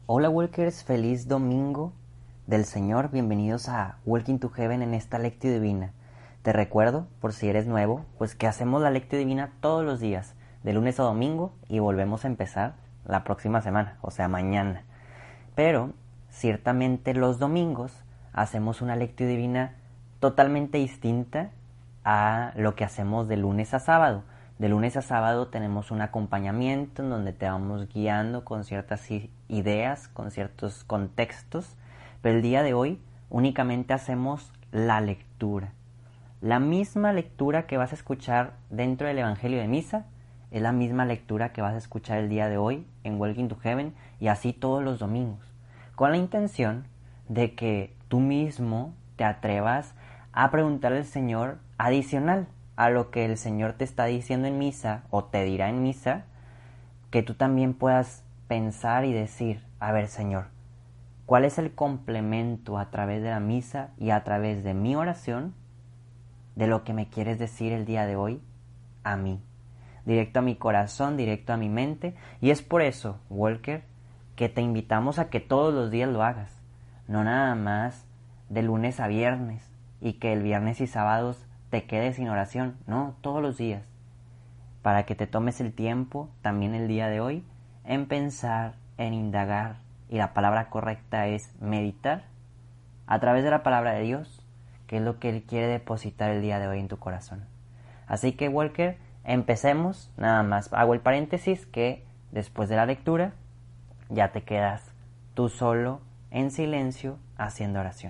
Hola Walkers, feliz domingo del Señor, bienvenidos a Walking to Heaven en esta Lectio Divina. Te recuerdo, por si eres nuevo, pues que hacemos la Lectio Divina todos los días, de lunes a domingo, y volvemos a empezar la próxima semana, o sea mañana. Pero, ciertamente los domingos hacemos una Lectio Divina totalmente distinta a lo que hacemos de lunes a sábado. De lunes a sábado tenemos un acompañamiento en donde te vamos guiando con ciertas ideas, con ciertos contextos, pero el día de hoy únicamente hacemos la lectura. La misma lectura que vas a escuchar dentro del Evangelio de Misa es la misma lectura que vas a escuchar el día de hoy en Welcome to Heaven y así todos los domingos, con la intención de que tú mismo te atrevas a preguntarle al Señor adicional a lo que el Señor te está diciendo en misa o te dirá en misa, que tú también puedas pensar y decir, a ver Señor, ¿cuál es el complemento a través de la misa y a través de mi oración de lo que me quieres decir el día de hoy a mí? Directo a mi corazón, directo a mi mente. Y es por eso, Walker, que te invitamos a que todos los días lo hagas, no nada más de lunes a viernes y que el viernes y sábados te quedes sin oración, no, todos los días, para que te tomes el tiempo también el día de hoy en pensar, en indagar, y la palabra correcta es meditar a través de la palabra de Dios, que es lo que Él quiere depositar el día de hoy en tu corazón. Así que Walker, empecemos. Nada más hago el paréntesis que después de la lectura ya te quedas tú solo en silencio haciendo oración.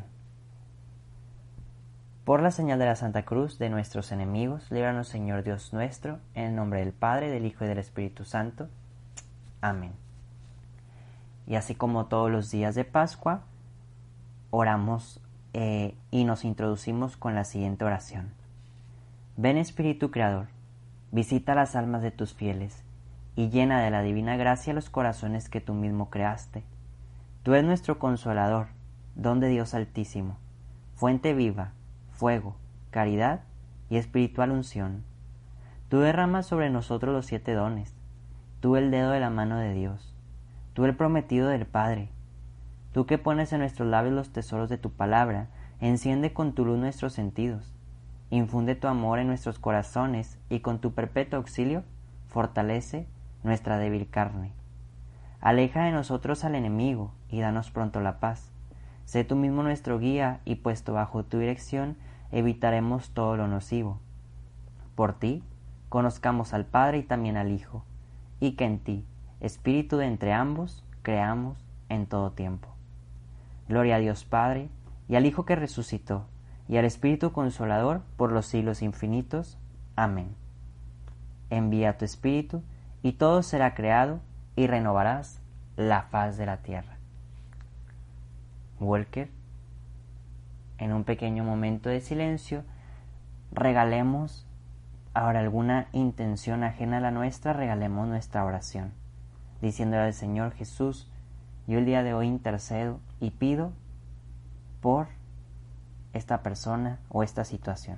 Por la señal de la Santa Cruz de nuestros enemigos, líbranos Señor Dios nuestro, en el nombre del Padre, del Hijo y del Espíritu Santo. Amén. Y así como todos los días de Pascua, oramos y nos introducimos con la siguiente oración. Ven Espíritu Creador, visita las almas de tus fieles y llena de la divina gracia los corazones que tú mismo creaste. Tú eres nuestro consolador, don de Dios Altísimo, fuente viva, fuego, caridad y espiritual unción. Tú derramas sobre nosotros los 7 dones, tú el dedo de la mano de Dios, tú el prometido del Padre, tú que pones en nuestros labios los tesoros de tu palabra, enciende con tu luz nuestros sentidos, infunde tu amor en nuestros corazones y con tu perpetuo auxilio fortalece nuestra débil carne. Aleja de nosotros al enemigo y danos pronto la paz. Sé tú mismo nuestro guía y puesto bajo tu dirección evitaremos todo lo nocivo. Por ti conozcamos al Padre y también al Hijo, y que en ti, Espíritu de entre ambos, creamos en todo tiempo. Gloria a Dios Padre, y al Hijo que resucitó, y al Espíritu Consolador por los siglos infinitos. Amén. Envía tu Espíritu, y todo será creado, y renovarás la faz de la tierra. Walker, en un pequeño momento de silencio, regalemos ahora alguna intención ajena a la nuestra, regalemos nuestra oración, diciéndole al Señor Jesús, yo el día de hoy intercedo y pido por esta persona o esta situación.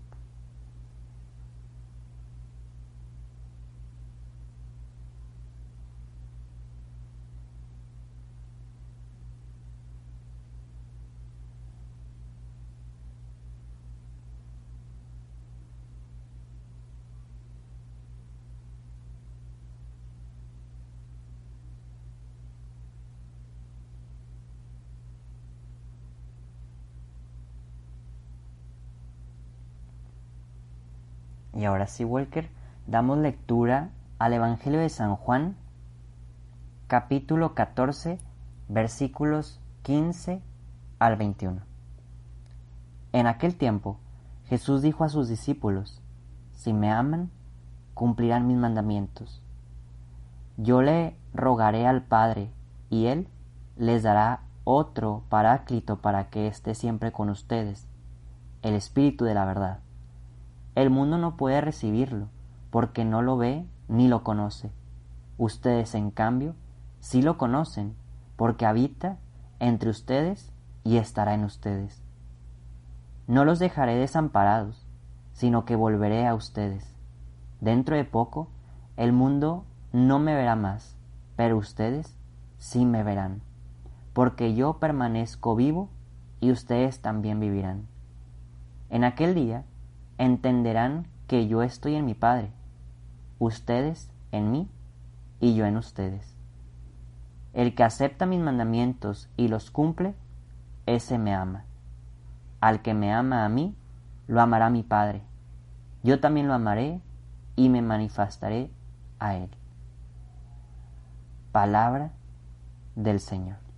Y ahora sí, Walker, damos lectura al Evangelio de San Juan, capítulo 14, versículos 15 al 21. En aquel tiempo, Jesús dijo a sus discípulos, si me aman, cumplirán mis mandamientos. Yo le rogaré al Padre, y Él les dará otro Paráclito para que esté siempre con ustedes, el Espíritu de la verdad. El mundo no puede recibirlo, porque no lo ve ni lo conoce. Ustedes, en cambio, sí lo conocen, porque habita entre ustedes y estará en ustedes. No los dejaré desamparados, sino que volveré a ustedes. Dentro de poco, el mundo no me verá más, pero ustedes sí me verán, porque yo permanezco vivo y ustedes también vivirán. En aquel día entenderán que yo estoy en mi Padre, ustedes en mí y yo en ustedes. El que acepta mis mandamientos y los cumple, ese me ama. Al que me ama a mí, lo amará mi Padre. Yo también lo amaré y me manifestaré a él. Palabra del Señor.